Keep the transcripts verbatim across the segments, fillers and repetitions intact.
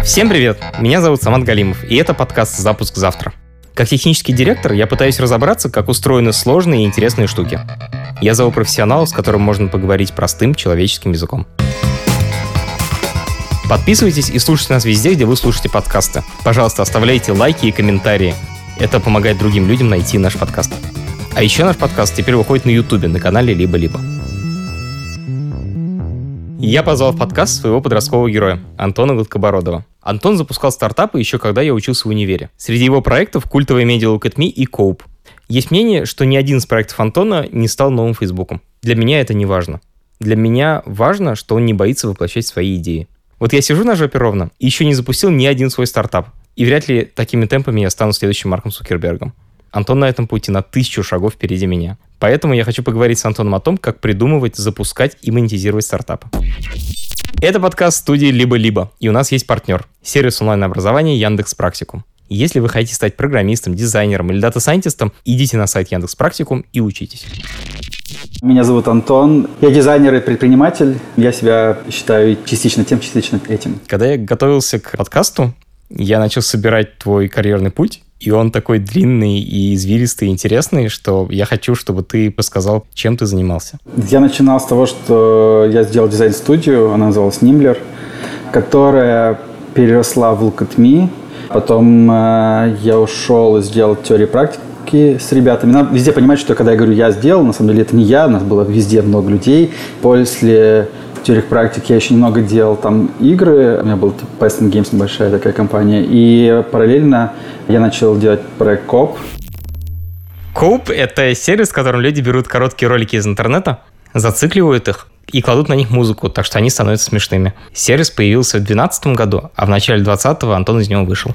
Всем привет! Меня зовут Самат Галимов, и это подкаст «Запуск завтра». Как технический директор я пытаюсь разобраться, как устроены сложные и интересные штуки. Я зову профессионалов, с которым можно поговорить простым человеческим языком. Подписывайтесь и слушайте нас везде, где вы слушаете подкасты. Пожалуйста, оставляйте лайки и комментарии. Это помогает другим людям найти наш подкаст. А еще наш подкаст теперь выходит на Ютубе, на канале «Либо-либо». Я позвал в подкаст своего подросткового героя, Антона Гладкобородова. Антон запускал стартапы еще когда я учился в универе. Среди его проектов культовые медиа Look at Me и Coop. Есть мнение, что ни один из проектов Антона не стал новым Фейсбуком. Для меня это не важно. Для меня важно, что он не боится воплощать свои идеи. Вот я сижу на жопе ровно и еще не запустил ни один свой стартап. И вряд ли такими темпами я стану следующим Марком Цукербергом. Антон на этом пути на тысячу шагов впереди меня. Поэтому я хочу поговорить с Антоном о том, как придумывать, запускать и монетизировать стартапы. Это подкаст студии «Либо-либо», и у нас есть партнер – сервис онлайн-образования Яндекс.Практикум. Если вы хотите стать программистом, дизайнером или дата-сайентистом, идите на сайт Яндекс.Практикум и учитесь. Меня зовут Антон. Я дизайнер и предприниматель. Я себя считаю частично тем, частично этим. Когда я готовился к подкасту, я начал собирать твой карьерный путь, и он такой длинный и извилистый, и интересный, что я хочу, чтобы ты рассказал, чем ты занимался. Я начинал с того, что я сделал дизайн-студию, она называлась Nimbler, которая переросла в Look at Me. Потом э, я ушел и сделал теорию практики с ребятами. Надо везде понимать, что когда я говорю «я сделал», на самом деле это не я, у нас было везде много людей. После теории практики я еще немного делал там игры. У меня был Python Games, небольшая такая компания. И параллельно я начал делать проект Coop. Coop — это сервис, в котором люди берут короткие ролики из интернета, зацикливают их и кладут на них музыку, так что они становятся смешными. Сервис появился в две тысячи двенадцатом году, а в начале двадцатого Антон из него вышел.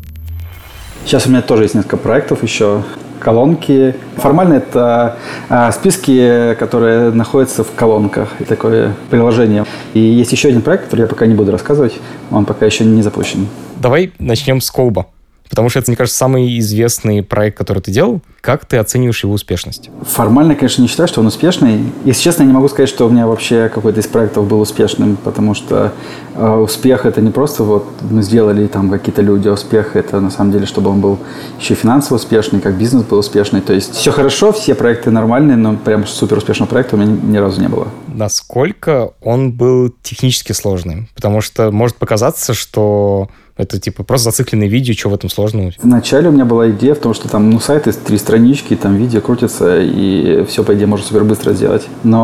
Сейчас у меня тоже есть несколько проектов еще. Колонки. Формально это а, списки, которые находятся в колонках. Такое приложение. И есть еще один проект, который я пока не буду рассказывать. Он пока еще не запущен. Давай начнем с Коуба. Потому что это, мне кажется, самый известный проект, который ты делал. Как ты оцениваешь его успешность? Формально, конечно, не считаю, что он успешный. Если честно, я не могу сказать, что у меня вообще какой-то из проектов был успешным, потому что э, успех – это не просто вот мы сделали там какие-то люди, а успех – это на самом деле, чтобы он был еще финансово успешный, как бизнес был успешный. То есть все хорошо, все проекты нормальные, но прям супер успешного проекта у меня ни разу не было. Насколько он был технически сложным? Потому что может показаться, что это типа просто зацикленное видео, что в этом сложного? Вначале у меня была идея в том, что там, ну, сайты, три странички, там видео крутится, и все, по идее, можно супер быстро сделать.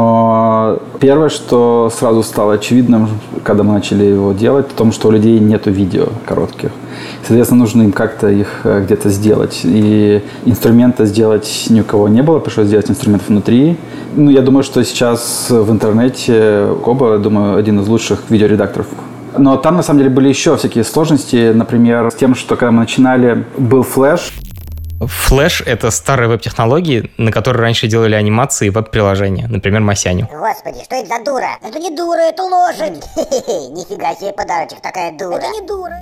Но первое, что сразу стало очевидным, когда мы начали его делать, в том, что у людей нету видео коротких. Соответственно, нужно им как-то их где-то сделать. И инструмента сделать ни у кого не было, пришлось сделать инструмент внутри. Ну, я думаю, что сейчас в интернете Коба, думаю, один из лучших видеоредакторов. Но там, на самом деле, были еще всякие сложности. Например, с тем, что когда мы начинали, был флэш. Флэш — это старые веб-технологии, на которые раньше делали анимации и веб-приложения. Например, Масяню. Господи, что это за дура? Это не дура, это лошадь. Нифига себе подарочек, такая дура. Это не дура.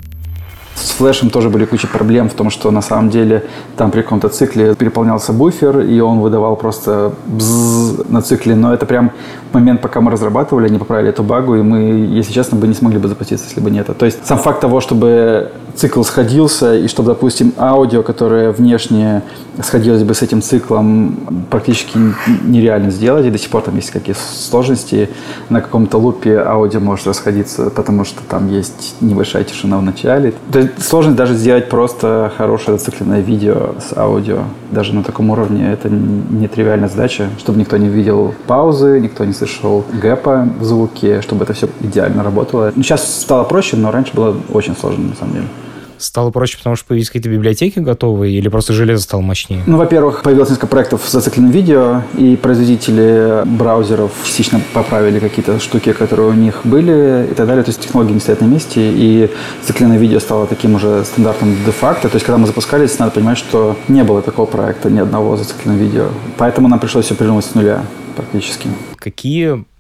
С флешем тоже были куча проблем в том, что на самом деле там при каком-то цикле переполнялся буфер, и он выдавал просто бззз на цикле. Но это прям момент, пока мы разрабатывали, они поправили эту багу, и мы, если честно, бы не смогли бы запуститься, если бы не это. То есть сам факт того, чтобы цикл сходился, и чтобы, допустим, аудио, которое внешне сходилось бы с этим циклом, практически нереально сделать, и до сих пор там есть какие-то сложности. На каком-то лупе аудио может расходиться, потому что там есть небольшая тишина в начале. То есть сложность даже сделать просто хорошее зацикленное видео с аудио. Даже на таком уровне это нетривиальная задача, чтобы никто не видел паузы, никто не слышал гэпа в звуке, чтобы это все идеально работало. Сейчас стало проще, но раньше было очень сложно на самом деле. Стало проще, потому что появились какие-то библиотеки готовые, или просто железо стало мощнее? Ну, во-первых, появилось несколько проектов с зацикленным видео, и производители браузеров частично поправили какие-то штуки, которые у них были, и так далее. То есть технологии не стоят на месте, и зацикленное видео стало таким уже стандартом де-факто. То есть, когда мы запускались, надо понимать, что не было такого проекта, ни одного зацикленного видео. Поэтому нам пришлось все придумать с нуля практически. Какие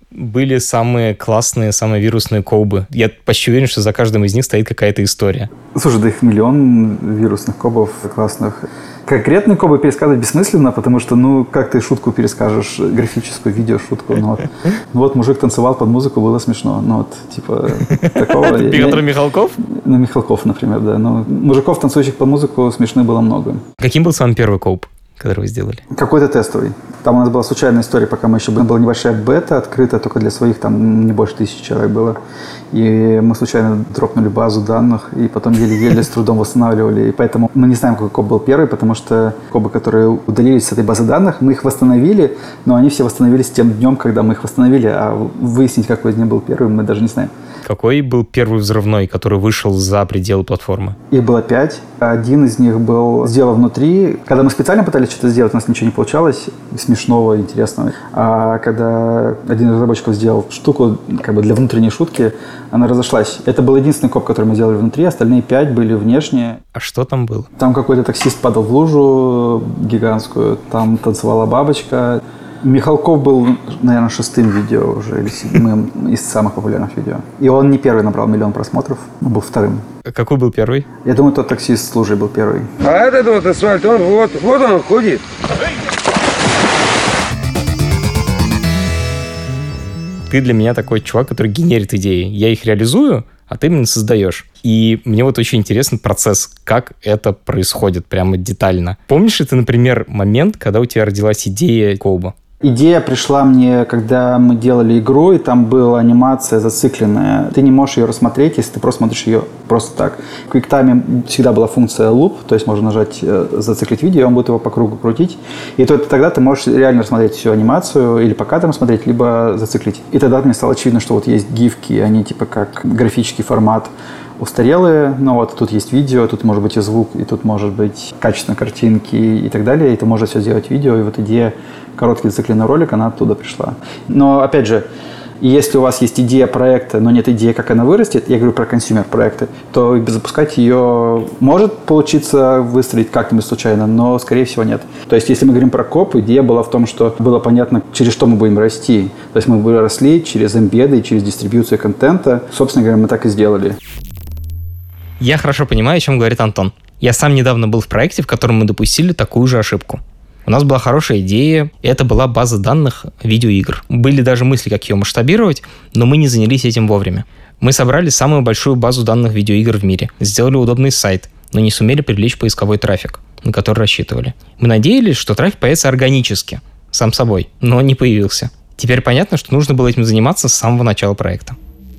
были самые классные, самые вирусные кобы? Я почти уверен, что за каждым из них стоит какая-то история. Слушай, да их миллион вирусных кобов классных. Конкретные кобы пересказывать бессмысленно, потому что, ну, как ты шутку перескажешь, графическую видеошутку. Ну вот, ну, вот мужик танцевал под музыку, было смешно. Ну вот, типа, такого... Петр Михалков? Ну, Михалков, например, да. Ну, мужиков, танцующих под музыку, смешно было много. Каким был самый первый коб, который вы сделали? Какой-то тестовый. Там у нас была случайная история, пока мы еще были. Была небольшая бета, открытая только для своих, там не больше тысячи человек было. И мы случайно дропнули базу данных, и потом еле-еле с трудом восстанавливали. И поэтому мы не знаем, какой коб был первый, потому что кобы, которые удалились с этой базы данных, мы их восстановили, но они все восстановились тем днем, когда мы их восстановили. А выяснить, какой из них был первым, мы даже не знаем. Какой был первый взрывной, который вышел за пределы платформы? Их было пять. Один из них был сделан внутри. Когда мы специально пытались что-то сделать, у нас ничего не получалось смешного, интересного. А когда один из разработчиков сделал штуку как бы для внутренней шутки, она разошлась. Это был единственный коп, который мы сделали внутри, остальные пять были внешние. А что там было? Там какой-то таксист падал в лужу гигантскую, там танцевала бабочка. Михалков был, наверное, шестым видео уже, или седьмым из самых популярных видео. И он не первый набрал миллион просмотров, он был вторым. Какой был первый? Я думаю, тот таксист с лужей был первый. А этот вот асфальт, он вот, вот он ходит. Ты для меня такой чувак, который генерит идеи. Я их реализую, а ты именно создаешь. И мне вот очень интересен процесс, как это происходит прямо детально. Помнишь ли ты, например, момент, когда у тебя родилась идея коба? Идея пришла мне, когда мы делали игру, и там была анимация зацикленная. Ты не можешь ее рассмотреть, если ты просто смотришь ее просто так. В QuickTime всегда была функция loop, то есть можно нажать «зациклить видео», и он будет его по кругу крутить. И то, тогда ты можешь реально рассмотреть всю анимацию, или по кадрам смотреть, либо зациклить. И тогда мне стало очевидно, что вот есть гифки, они типа как графический формат, устарелые, но вот тут есть видео, тут может быть и звук, и тут может быть качество картинки и так далее, и ты можешь все сделать видео, и вот идея короткий зацикленный ролик, она оттуда пришла. Но, опять же, если у вас есть идея проекта, но нет идеи, как она вырастет, я говорю про консюмер-проекты, то запускать ее может получиться выстрелить как-нибудь случайно, но, скорее всего, нет. То есть, если мы говорим про коп, идея была в том, что было понятно, через что мы будем расти. То есть, мы бы росли через эмбеды, через дистрибьюцию контента. Собственно говоря, мы так и сделали. Я хорошо понимаю, о чем говорит Антон. Я сам недавно был в проекте, в котором мы допустили такую же ошибку. У нас была хорошая идея, и это была база данных видеоигр. Были даже мысли, как ее масштабировать, но мы не занялись этим вовремя. Мы собрали самую большую базу данных видеоигр в мире, сделали удобный сайт, но не сумели привлечь поисковой трафик, на который рассчитывали. Мы надеялись, что трафик появится органически, сам собой, но он не появился. Теперь понятно, что нужно было этим заниматься с самого начала проекта.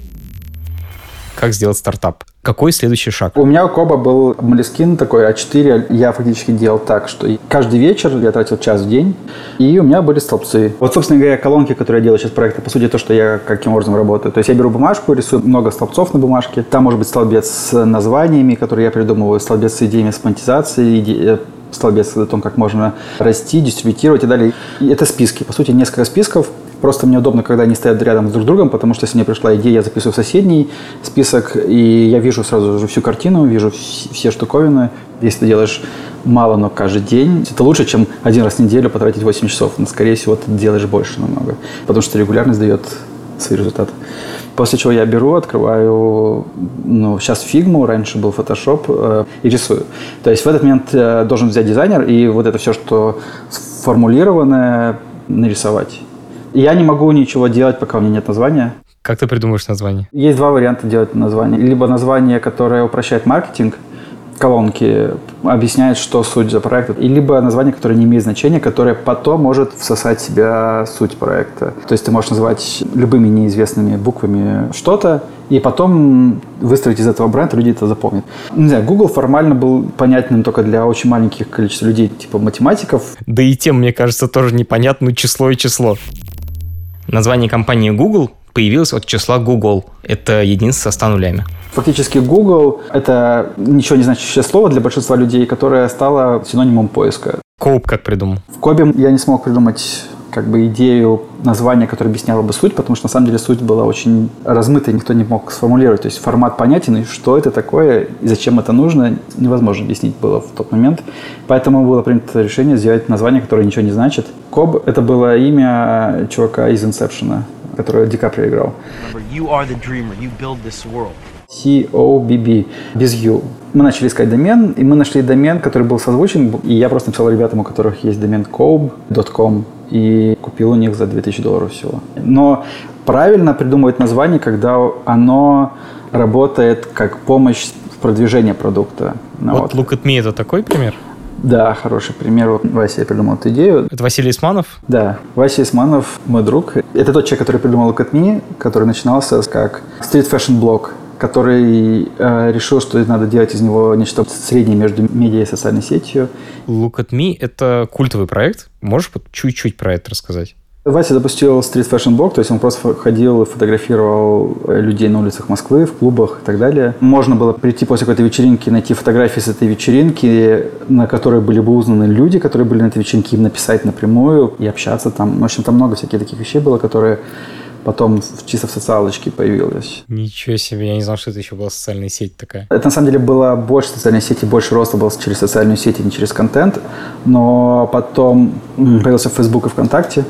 Как сделать стартап? Какой следующий шаг? У меня у Коба был Moleskine такой а четыре. Я фактически делал так, что каждый вечер я тратил час в день, и у меня были столбцы. Вот, собственно говоря, колонки, которые я делаю сейчас проекты, по сути, то, что я каким образом работаю. То есть я беру бумажку, рисую много столбцов на бумажке. Там может быть столбец с названиями, которые я придумываю, столбец с идеями автоматизации, иде... столбец о том, как можно расти, дистрибьютировать и далее. И это списки. По сути, несколько списков. Просто мне удобно, когда они стоят рядом друг с другом, потому что если мне пришла идея, я записываю в соседний список, и я вижу сразу же всю картину, вижу все штуковины. Если ты делаешь мало, но каждый день, это лучше, чем один раз в неделю потратить восемь часов. Но, скорее всего, ты делаешь больше намного, потому что регулярность дает свои результаты. После чего я беру, открываю, ну, сейчас фигму, раньше был Photoshop, э, и рисую. То есть в этот момент э, должен взять дизайнер и вот это все, что сформулированное, нарисовать. Я не могу ничего делать, пока у меня нет названия. Как ты придумаешь название? Есть два варианта делать название. Либо название, которое упрощает маркетинг, колонки, объясняет, что суть за проект, и либо название, которое не имеет значения, которое потом может всосать в себя суть проекта. То есть ты можешь называть любыми неизвестными буквами что-то, и потом выстроить из этого бренд, люди это запомнят. Не знаю, Google формально был понятным только для очень маленьких количеств людей, типа математиков. Да и тем, мне кажется, тоже непонятно число и число. Название компании Google появилось от числа Google. Это единство со ста нулями. Фактически Google – это ничего не значащее слово для большинства людей, которое стало синонимом поиска. Коуп как придумал? В Кобе я не смог придумать как бы идею названия, которое объясняло бы суть, потому что на самом деле суть была очень размытая, никто не мог сформулировать. То есть формат понятен, и что это такое, и зачем это нужно, невозможно объяснить было в тот момент. Поэтому было принято решение сделать название, которое ничего не значит. Коб – это было имя чувака из Inception. которую Ди Каприо играл. You are the dreamer. You build this world. си о би би, без ю. Мы начали искать домен, и мы нашли домен, который был созвучен, и я просто написал ребятам, у которых есть домен коуб точка ком, и купил у них за две тысячи долларов всего. Но правильно придумывать название, когда оно работает как помощь в продвижении продукта. Вот, вот Look at Me — это такой пример? Да, хороший пример. Вот Вася придумал эту идею. Это Василий Исманов? Да. Вася Исманов, мой друг. Это тот человек, который придумал Look at Me, который начинался как стрит-фэшн-блог, который э, решил, что надо делать из него нечто среднее между медиа и социальной сетью. Look at Me — это культовый проект. Можешь чуть-чуть про это рассказать? Вася запустил стрит-фэшн-блог, то есть он просто ходил и фотографировал людей на улицах Москвы, в клубах и так далее. Можно было прийти после какой-то вечеринки, найти фотографии с этой вечеринки, на которой были бы узнаны люди, которые были на этой вечеринке, им написать напрямую и общаться там. В общем, там много всяких таких вещей было, которые потом чисто в социалочке появилось. Ничего себе, я не знал, что это еще была социальная сеть такая. Это на самом деле была больше социальной сети, больше роста был через социальную сеть, а не через контент. Но потом появился Facebook и ВКонтакте,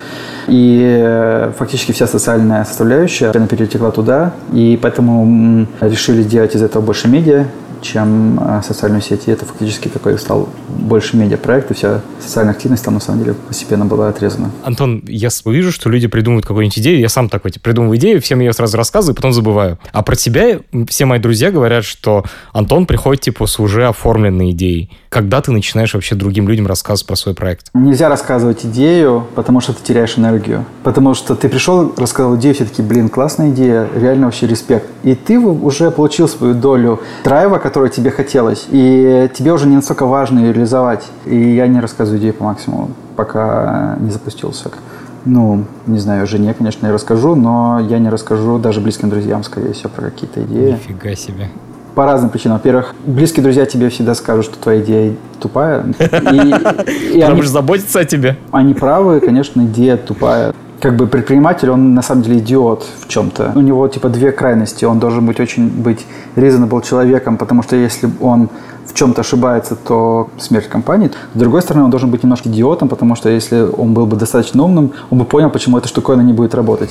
и фактически вся социальная составляющая, она перетекла туда, и поэтому решили сделать из этого больше медиа, чем социальную сеть. И это фактически такой стал больше медиапроект, и вся социальная активность там на самом деле постепенно была отрезана. Антон, я вижу, что люди придумывают какую-нибудь идею, я сам такой, типа, придумываю идею, всем ее сразу рассказываю, потом забываю. А про тебя все мои друзья говорят, что Антон приходит, типа, с уже оформленной идеей. Когда ты начинаешь вообще другим людям рассказывать про свой проект? Нельзя рассказывать идею, потому что ты теряешь энергию. Потому что ты пришел, рассказал идею, все такие, блин, классная идея, реально вообще респект. И ты уже получил свою долю драйва, которую тебе хотелось. И тебе уже не настолько важно ее реализовать. И я не рассказываю идею по максимуму, пока не запустился. Ну, не знаю, жене, конечно, я расскажу, но я не расскажу даже близким друзьям, скорее всего, про какие-то идеи. Нифига себе. По разным причинам. Во-первых, близкие друзья тебе всегда скажут, что твоя идея тупая. Потому что заботятся о тебе. Они правы, конечно, идея тупая. Как бы предприниматель, он на самом деле идиот в чем-то. У него типа две крайности. Он должен быть очень быть reasonable человеком, потому что если он в чем-то ошибается, то смерть компании. С другой стороны, он должен быть немножко идиотом, потому что если он был бы достаточно умным, он бы понял, почему эта штуковина не будет работать.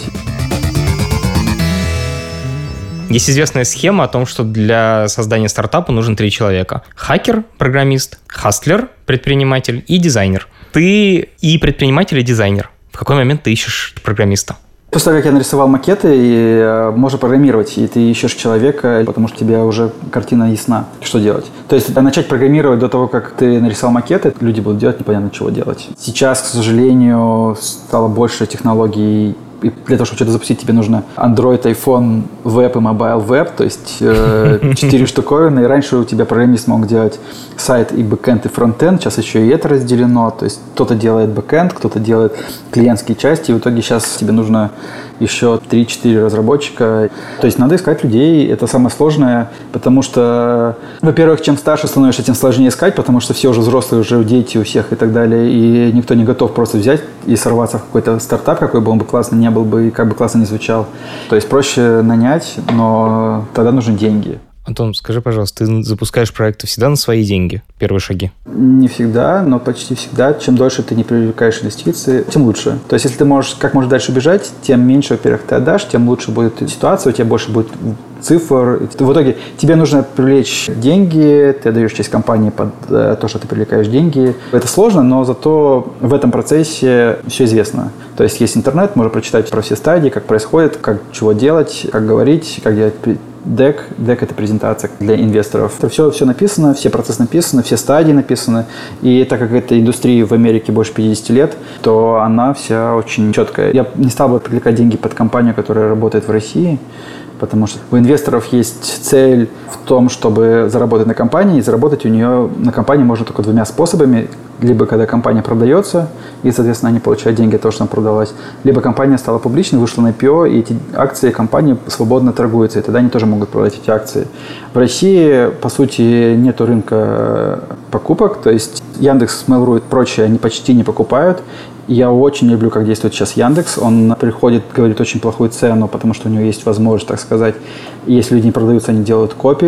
Есть известная схема о том, что для создания стартапа нужен три человека. Хакер, программист, хастлер, предприниматель и дизайнер. Ты и предприниматель, и дизайнер. В какой момент ты ищешь программиста? После того, как я нарисовал макеты, и, э, можно программировать, и ты ищешь человека, потому что у тебя уже картина ясна, что делать. То есть начать программировать до того, как ты нарисовал макеты, люди будут делать непонятно, чего делать. Сейчас, к сожалению, стало больше технологий. И для того, чтобы что-то запустить, тебе нужно Android, iPhone, веб и mobile web, то есть э, четыре штуковины. И раньше у тебя программист мог делать сайт и бэкэнд, и фронтенд. Сейчас еще и это разделено. То есть кто-то делает бэкэнд, кто-то делает клиентские части. И в итоге сейчас тебе нужно еще три-четыре разработчика. То есть надо искать людей. Это самое сложное, потому что, во-первых, чем старше становишься, тем сложнее искать, потому что все уже взрослые, уже дети у всех и так далее. И никто не готов просто взять и сорваться в какой-то стартап, какой бы он бы классный не был бы и как бы классно не звучал. То есть проще нанять, но тогда нужны деньги. Антон, скажи, пожалуйста, ты запускаешь проекты всегда на свои деньги, первые шаги? Не всегда, но почти всегда. Чем дольше ты не привлекаешь инвестиции, тем лучше. То есть, если ты можешь как можно дальше бежать, тем меньше, во-первых, ты отдашь, тем лучше будет ситуация, у тебя больше будет цифр. В итоге тебе нужно привлечь деньги, ты отдаешь часть компании под то, что ты привлекаешь деньги. Это сложно, но зато в этом процессе все известно. То есть, есть интернет, можно прочитать про все стадии, как происходит, как чего делать, как говорить, как делать дек. Дек – это презентация для инвесторов. Это все, все написано, все процессы написаны, все стадии написаны. И так как эта индустрия в Америке больше пятьдесят лет, то она вся очень четкая. Я не стал бы привлекать деньги под компанию, которая работает в России, потому что у инвесторов есть цель в том, чтобы заработать на компании, и заработать у нее на компании можно только двумя способами. Либо когда компания продается, и, соответственно, они получают деньги от того, что она продалась, либо компания стала публичной, вышла на ай пи о, и эти акции компании свободно торгуются, и тогда они тоже могут продать эти акции. В России, по сути, нет рынка покупок, то есть Яндекс, Mail.ru и прочие, они почти не покупают. Я очень люблю, как действует сейчас Яндекс. Он приходит, говорит очень плохую цену, потому что у него есть возможность, так сказать. И если люди не продаются, они делают копию.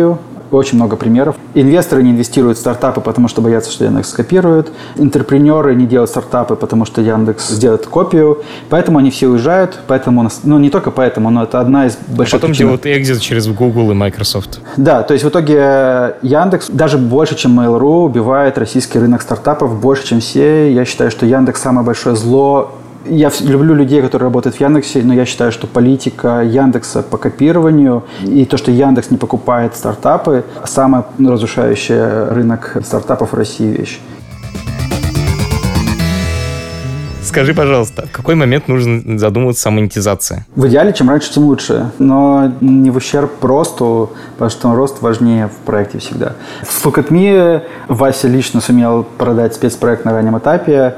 Очень много примеров. Инвесторы не инвестируют в стартапы, потому что боятся, что Яндекс скопирует. Интерпренеры не делают стартапы, потому что Яндекс сделает копию. Поэтому они все уезжают. Поэтому, ну, не только поэтому, но это одна из больших а потом причин. делают экзит через Google и Microsoft. Да, то есть в итоге Яндекс даже больше, чем Mail.ru, убивает российский рынок стартапов, больше, чем все. Я считаю, что Яндекс самое большое зло. Я люблю людей, которые работают в Яндексе, но я считаю, что политика Яндекса по копированию и то, что Яндекс не покупает стартапы, самая разрушающая рынок стартапов в России вещь. Скажи, пожалуйста, в какой момент нужно задумываться о монетизации? В идеале, чем раньше, тем лучше. Но не в ущерб росту, потому что рост важнее в проекте всегда. В Look at Me Вася лично сумел продать спецпроект на раннем этапе.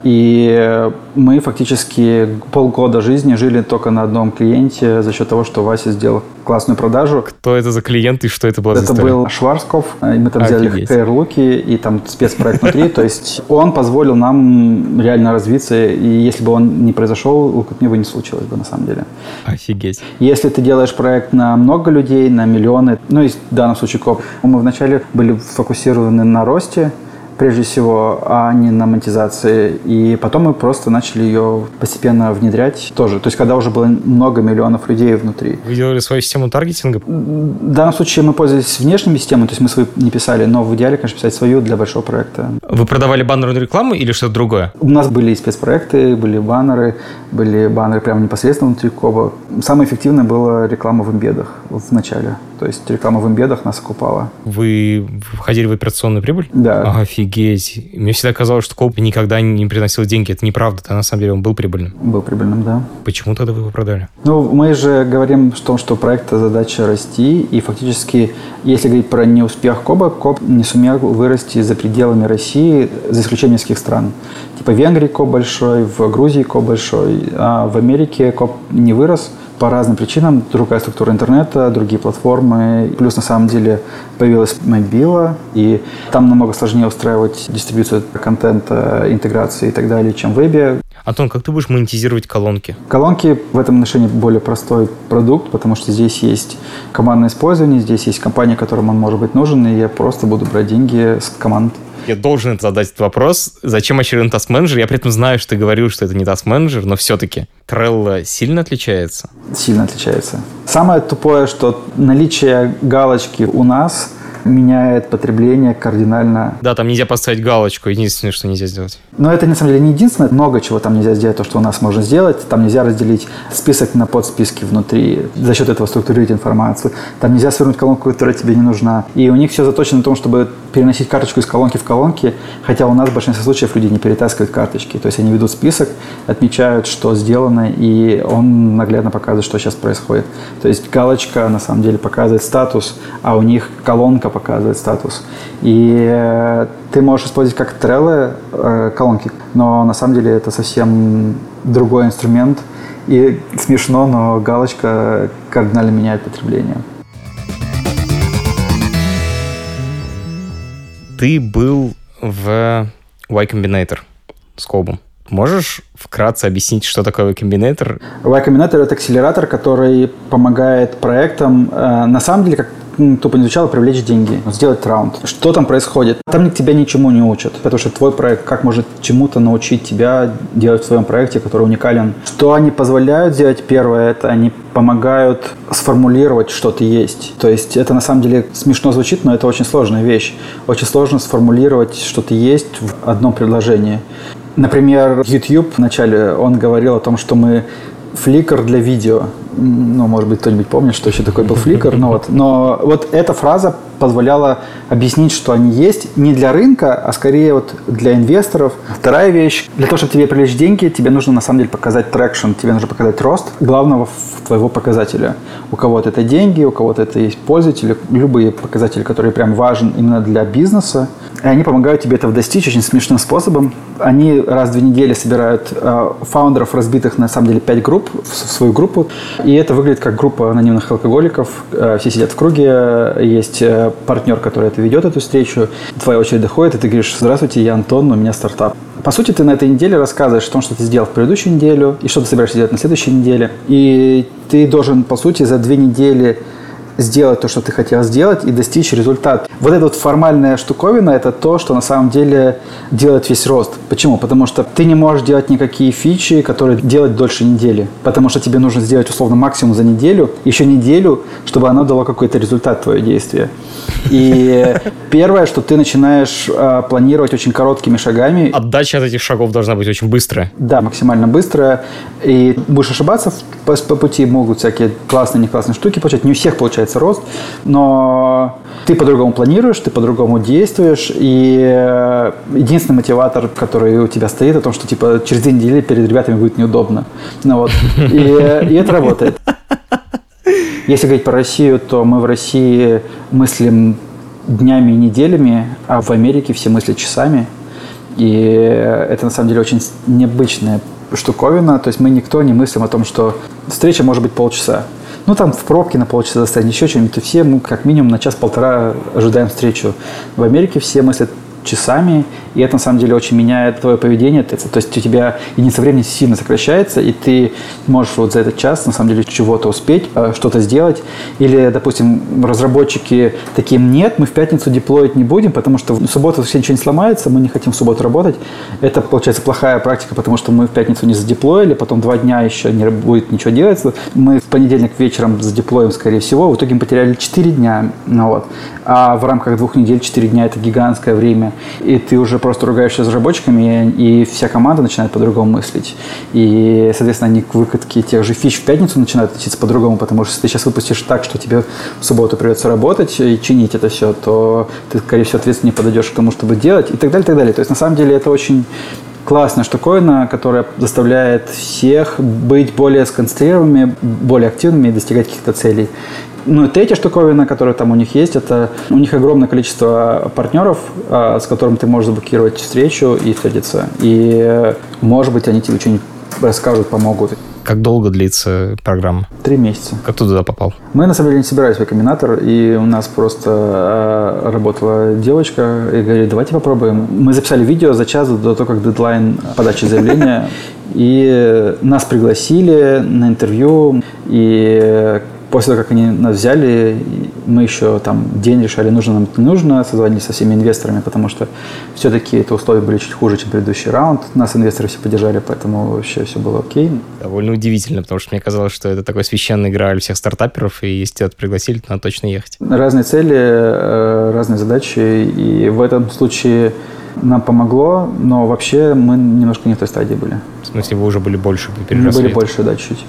И мы фактически полгода жизни жили только на одном клиенте за счет того, что Вася сделал классную продажу. Кто это за клиент и что это было это за история? Это был Шварцкопф, и мы там Офигеть. Взяли хейр-луки, и там спецпроект внутри. То есть он позволил нам реально развиться, и если бы он не произошел, Look at Me бы не случилось бы на самом деле. Офигеть. Если ты делаешь проект на много людей, на миллионы, ну и в данном случае коп, мы вначале были сфокусированы на росте, прежде всего, а не на монетизации. И потом мы просто начали ее постепенно внедрять тоже. То есть, когда уже было много миллионов людей внутри. Вы делали свою систему таргетинга? В данном случае мы пользовались внешними системами, то есть мы свою не писали, но в идеале, конечно, писать свою для большого проекта. Вы продавали баннерную рекламу или что-то другое? У нас были и спецпроекты, были баннеры, были баннеры прямо непосредственно внутри Коба. Самое эффективное была реклама в эмбедах в начале. То есть реклама в эмбедах нас окупала. Вы входили в операционную прибыль? Да. Офигеть. Мне всегда казалось, что Коп никогда не приносил деньги. Это неправда. А на самом деле он был прибыльным. Был прибыльным, да. Почему тогда вы его продали? Ну, мы же говорим о том, что у проекта задача расти. И фактически, если говорить про неуспех Коба, Коб не сумел вырасти за пределами России, за исключением нескольких стран. Типа в Венгрии Коб большой, в Грузии Коб большой, а в Америке Коб не вырос. По разным причинам. Другая структура интернета, другие платформы. Плюс, на самом деле, появилась мобила, и там намного сложнее устраивать дистрибуцию контента, интеграции и так далее, чем в вебе. Антон, как ты будешь монетизировать колонки? Колонки в этом отношении более простой продукт, потому что здесь есть командное использование, здесь есть компания, которым он может быть нужен, и я просто буду брать деньги с команд. Я должен задать этот вопрос. Зачем очередной таскменеджер? Я при этом знаю, что ты говорил, что это не таскменеджер, но все-таки Trello сильно отличается? Сильно отличается. Самое тупое, что наличие галочки у нас меняет потребление кардинально. Да, там нельзя поставить галочку. Единственное, что нельзя сделать. Но это, на самом деле, не единственное. Много чего там нельзя сделать, то, что у нас можно сделать. Там нельзя разделить список на подсписки внутри, за счет этого структурировать информацию. Там нельзя свернуть колонку, которая тебе не нужна. И у них все заточено на том, чтобы переносить карточку из колонки в колонки, хотя у нас в большинстве случаев люди не перетаскивают карточки. То есть они ведут список, отмечают, что сделано, и он наглядно показывает, что сейчас происходит. То есть галочка, на самом деле, показывает статус, а у них колонка показывает статус. И э, ты можешь использовать как Trello э, колонки, но на самом деле это совсем другой инструмент. И смешно, но галочка кардинально меняет потребление. Ты был в Y Combinator с Кобом. Можешь вкратце объяснить, что такое Y Combinator? Y Combinator – это акселератор, который помогает проектам, э, на самом деле, как тупо не звучало, привлечь деньги, сделать раунд. Что там происходит? Там тебя ничему не учат, потому что твой проект, как может чему-то научить тебя делать в своем проекте, который уникален. Что они позволяют сделать? Первое – это они помогают сформулировать, что ты есть. То есть это на самом деле смешно звучит, но это очень сложная вещь. Очень сложно сформулировать, что ты есть в одном предложении. Например, YouTube вначале он говорил о том, что мы Flickr для видео. Ну, может быть, кто-нибудь помнит, что еще такое был Flickr. Но вот, но вот эта фраза позволяла объяснить, что они есть не для рынка, а скорее вот для инвесторов. Вторая вещь. Для того, чтобы тебе привлечь деньги, тебе нужно на самом деле показать трекшн, тебе нужно показать рост главного твоего показателя. У кого-то это деньги, у кого-то это есть пользователи, любые показатели, которые прям важны именно для бизнеса. И они помогают тебе этого достичь очень смешным способом. Они раз в две недели собирают э, фаундеров, разбитых на самом деле пять групп, в, в свою группу. И это выглядит как группа анонимных алкоголиков. Э, все сидят в круге, есть э, партнер, который это ведет, эту встречу. Твоя очередь доходит, и ты говоришь: здравствуйте, я Антон, у меня стартап. По сути, ты на этой неделе рассказываешь о том, что ты сделал в предыдущую неделю, и что ты собираешься делать на следующей неделе. И ты должен, по сути, за две недели сделать то, что ты хотел сделать, и достичь результата. Вот эта вот формальная штуковина – это то, что на самом деле делает весь рост. Почему? Потому что ты не можешь делать никакие фичи, которые делать дольше недели. Потому что тебе нужно сделать условно максимум за неделю, еще неделю, чтобы оно дало какой-то результат, твое действие. И первое, что ты начинаешь а, планировать очень короткими шагами. Отдача от этих шагов должна быть очень быстрая. Да, максимально быстрая. И будешь ошибаться по, по пути, могут всякие классные, не классные штуки получать. Не у всех получается рост, но ты по-другому планируешь, ты по-другому действуешь. И единственный мотиватор, который у тебя стоит, о том, что типа через две недели перед ребятами будет неудобно. Ну, вот. и, и это работает. Если говорить про Россию, то мы в России мыслим днями и неделями, а в Америке все мыслят часами. И это на самом деле очень необычная штуковина. То есть мы никто не мыслим о том, что встреча может быть полчаса. Ну, там в пробке на полчаса застрять, еще что-нибудь. И все мы как минимум на час-полтора ожидаем встречу. В Америке все мыслят часами, и это на самом деле очень меняет твое поведение. То есть у тебя единица времени сильно сокращается, и ты можешь вот за этот час на самом деле чего-то успеть, что-то сделать. Или, допустим, разработчики таким: нет, мы в пятницу деплоить не будем, потому что в субботу все ничего не сломается, мы не хотим в субботу работать. Это, получается, плохая практика, потому что мы в пятницу не задеплоили, потом два дня еще не будет ничего делаться. Мы в понедельник вечером задеплоим, скорее всего, в итоге мы потеряли четыре дня. Ну, вот. А в рамках двух недель четыре дня – это гигантское время. И ты уже просто ругаешься с разработчиками, и вся команда начинает по-другому мыслить. И, соответственно, они к выкатке тех же фич в пятницу начинают относиться по-другому, потому что если ты сейчас выпустишь так, что тебе в субботу придется работать и чинить это все, то ты, скорее всего, ответственно не подойдешь к тому, чтобы делать, и так далее, и так далее. То есть, на самом деле, это очень классная штуковина, которая заставляет всех быть более сконцентрированными, более активными и достигать каких-то целей. Ну и третья штуковина, которая там у них есть, это у них огромное количество партнеров, с которыми ты можешь заблокировать встречу и встретиться. И, может быть, они тебе что-нибудь расскажут, помогут. Как долго длится программа? Три месяца. Как ты туда попал? Мы, на самом деле, не собирались в Комбинатор, и у нас просто э, работала девочка и говорит: давайте попробуем. Мы записали видео за час до того, как дедлайн подачи заявления, и нас пригласили на интервью, и после того, как они нас взяли, мы еще там день решали, нужно нам это, не нужно, созвонились со всеми инвесторами, потому что все-таки это условия были чуть хуже, чем предыдущий раунд. Нас инвесторы все поддержали, поэтому вообще все было окей. Довольно удивительно, потому что мне казалось, что это такой священный грааль всех стартаперов, и если тебя пригласили, то надо точно ехать. Разные цели, разные задачи, и в этом случае нам помогло, но вообще мы немножко не в той стадии были. В смысле, вы уже были больше, вы переросли? Мы были больше, да, чуть-чуть.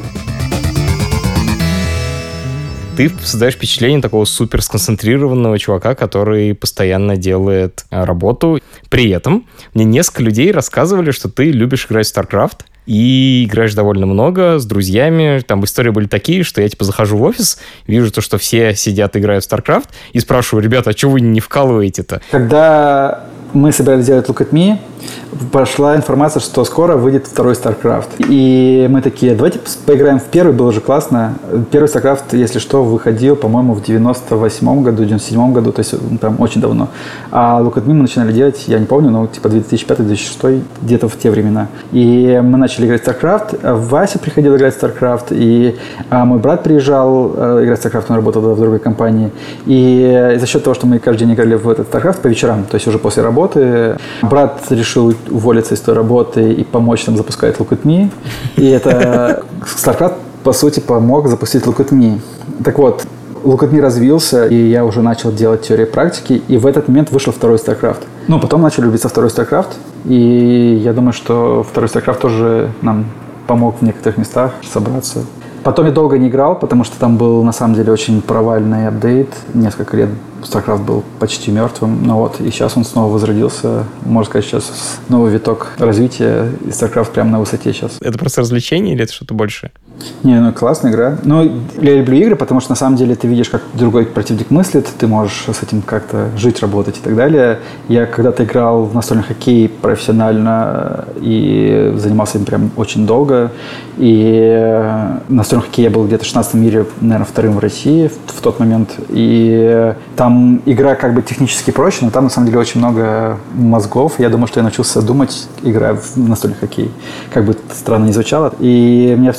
Ты создаешь впечатление такого супер сконцентрированного чувака, который постоянно делает работу. При этом мне несколько людей рассказывали, что ты любишь играть в StarCraft и играешь довольно много с друзьями. Там истории были такие, что я типа захожу в офис, вижу то, что все сидят и играют в StarCraft, и спрашиваю: ребята, а что вы не вкалываете-то? Когда мы собирались делать Look at Me, пошла информация, что скоро выйдет второй StarCraft. И мы такие: давайте поиграем в первый, было же классно. Первый StarCraft, если что, выходил, по-моему, в девяносто восьмом году, девяносто седьмом году, то есть прям очень давно. А Look at Me мы начинали делать, я не помню, но типа две тысячи пятый - две тысячи шестой, где-то в те времена. И мы начали играть в StarCraft, Вася приходил играть в StarCraft, и а, мой брат приезжал а, играть в StarCraft, он работал в другой компании. И, и за счет того, что мы каждый день играли в этот StarCraft по вечерам, то есть уже после работы, брат решил уволиться из той работы и помочь нам запускать Look at Me. И это StarCraft, по сути, помог запустить Look at Me. Так вот, Look at Me развился, и я уже начал делать теорию практики, и в этот момент вышел второй StarCraft. Ну, потом начал любиться второй StarCraft, и я думаю, что второй StarCraft тоже нам помог в некоторых местах собраться. Потом я долго не играл, потому что там был, на самом деле, очень провальный апдейт. Несколько лет StarCraft был почти мертвым. Ну вот, и сейчас он снова возродился. Можно сказать, сейчас новый виток развития, и StarCraft прямо на высоте сейчас. Это просто развлечение или это что-то большее? Не, ну классная игра. Ну, я люблю игры, потому что на самом деле ты видишь, как другой противник мыслит, ты можешь с этим как-то жить, работать и так далее. Я когда-то играл в настольный хоккей профессионально и занимался им прям очень долго. И настольный хоккей я был где-то в шестнадцатом мире, наверное, вторым в России в, в тот момент. И там игра как бы технически проще, но там на самом деле очень много мозгов. Я думаю, что я научился думать, играя в настольный хоккей. Как бы странно ни звучало. И мне в целом нравится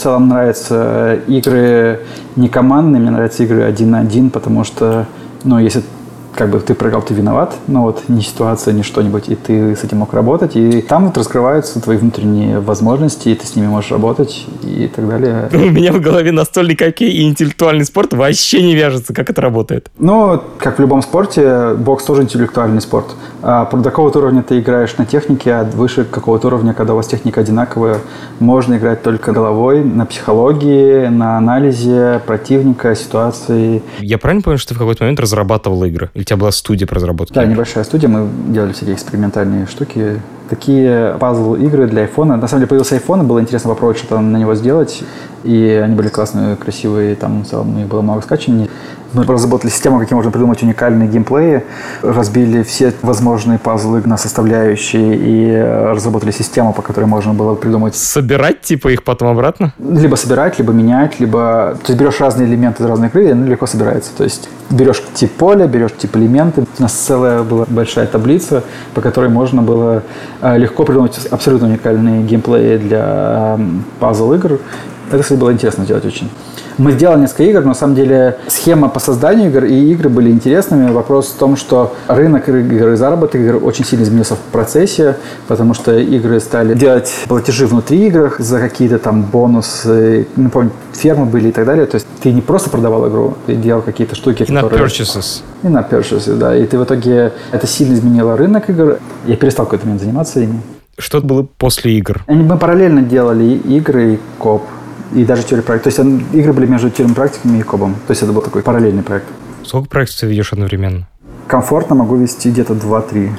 нравятся игры не командные, мне нравятся игры один на один, потому что, ну, если как бы ты проиграл, ты виноват, но вот не ситуация, не что-нибудь, и ты с этим мог работать, и там вот раскрываются твои внутренние возможности, и ты с ними можешь работать, и так далее. У меня в голове настольный хоккей и интеллектуальный спорт вообще не вяжется, как это работает. Ну, как в любом спорте, бокс тоже интеллектуальный спорт. А до какого-то уровня ты играешь на технике, а выше какого-то уровня, когда у вас техника одинаковая, можно играть только головой, на психологии, на анализе противника, ситуации. Я правильно понял, что ты в какой-то момент разрабатывал игры? Или у тебя была студия по разработке? Да, небольшая студия, мы делали всякие экспериментальные штуки. Такие пазл-игры для айфона. На самом деле, появился айфон, и было интересно попробовать что-то на него сделать. И они были классные, красивые, там в целом у них было много скачиваний. Мы разработали систему, какие можно придумать уникальные геймплеи, разбили все возможные пазлы на составляющие и разработали систему, по которой можно было придумать. Собирать, типа, их потом обратно? Либо собирать, либо менять, либо... То есть берешь разные элементы из разных игры, и они легко собираются. То есть берешь тип поля, берешь тип элементы. У нас целая была большая таблица, по которой можно было легко придумать абсолютно уникальные геймплеи для пазл-игр. Это, кстати, было интересно делать очень. Мы сделали несколько игр, но на самом деле схема по созданию игр и игры были интересными. Вопрос в том, что рынок игр и заработок игр очень сильно изменился в процессе, потому что игры стали делать платежи внутри игр за какие-то там бонусы, не помню, фермы были и так далее. То есть ты не просто продавал игру, ты делал какие-то штуки, и которые... на purchases. И на purchases, да. И ты в итоге... Это сильно изменило рынок игр. Я перестал в какой-то момент заниматься ими. Что было после игр? Мы параллельно делали и игры, и коп. И даже теория проекта. То есть он, игры были между теорией практиками и кобом. То есть это был такой параллельный проект. Сколько проектов ты ведешь одновременно? Комфортно могу вести где-то два-три.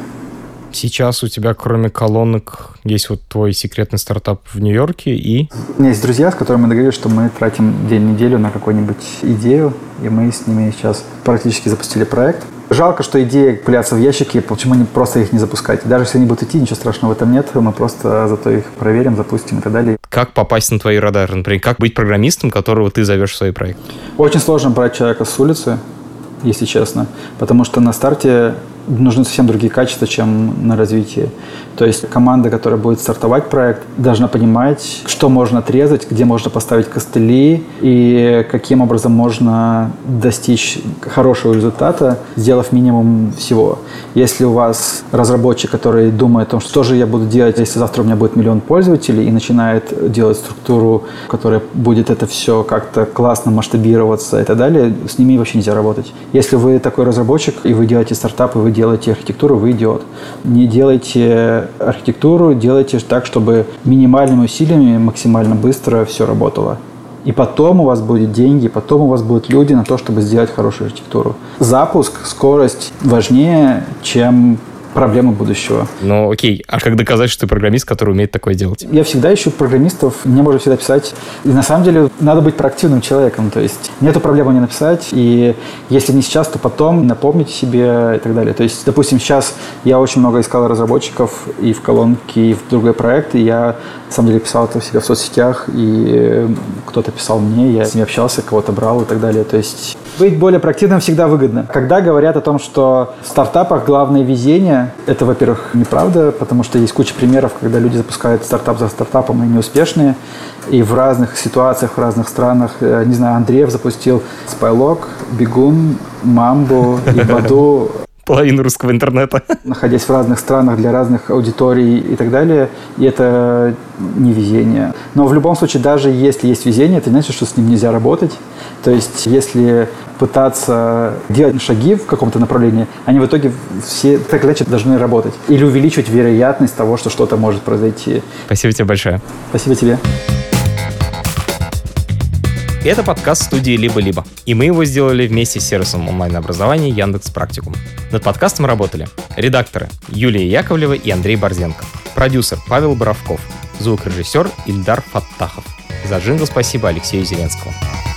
Сейчас у тебя, кроме колонок, есть вот твой секретный стартап в Нью-Йорке и... У меня есть друзья, с которыми мы договорились, что мы тратим день-неделю на какую-нибудь идею, и мы с ними сейчас практически запустили проект. Жалко, что идеи пылятся в ящике, почему не просто их не запускать? Даже если они будут идти, ничего страшного в этом нет, мы просто зато их проверим, запустим и так далее. Как попасть на твои радары? Например, как быть программистом, которого ты зовешь в свой проект? Очень сложно брать человека с улицы, если честно, потому что на старте нужны совсем другие качества, чем на развитии. То есть команда, которая будет стартовать проект, должна понимать, что можно отрезать, где можно поставить костыли и каким образом можно достичь хорошего результата, сделав минимум всего. Если у вас разработчик, который думает о том, что же я буду делать, если завтра у меня будет миллион пользователей, и начинает делать структуру, которая будет это все как-то классно масштабироваться и так далее, с ними вообще нельзя работать. Если вы такой разработчик, и вы делаете стартап, и вы делаете архитектуру, вы идиот. Не делайте архитектуру, делайте так, чтобы минимальными усилиями максимально быстро все работало. И потом у вас будут деньги, потом у вас будут люди на то, чтобы сделать хорошую архитектуру. Запуск, скорость важнее, чем проблемы будущего. Ну, окей. А как доказать, что ты программист, который умеет такое делать? Я всегда ищу программистов. Мне можно всегда писать. И на самом деле надо быть проактивным человеком. То есть нет проблемы не написать. И если не сейчас, то потом напомните себе и так далее. То есть, допустим, сейчас я очень много искал разработчиков и в колонке, и в другой проект. И я, на самом деле, писал это у себя в соцсетях. И кто-то писал мне, я с ними общался, кого-то брал и так далее. То есть быть более проактивным всегда выгодно. Когда говорят о том, что в стартапах главное везение, это, во-первых, неправда, потому что есть куча примеров, когда люди запускают стартап за стартапом и они успешные. И в разных ситуациях, в разных странах. Не знаю, Андреев запустил Spylog, Бегун, Мамбу и Баду. Половину русского интернета. Находясь в разных странах, для разных аудиторий и так далее. И это не везение. Но в любом случае, даже если есть везение, это не значит, что с ним нельзя работать. То есть, если пытаться делать шаги в каком-то направлении, они в итоге все так или иначе должны работать. Или увеличивать вероятность того, что что-то может произойти. Спасибо тебе большое. Спасибо тебе. Это подкаст студии «Либо-либо», и мы его сделали вместе с сервисом онлайн-образования Яндекс.Практикум. Над подкастом работали редакторы Юлия Яковлева и Андрей Борзенко, продюсер Павел Боровков, звукорежиссер Ильдар Фаттахов. За джингл спасибо Алексею Зеленскому.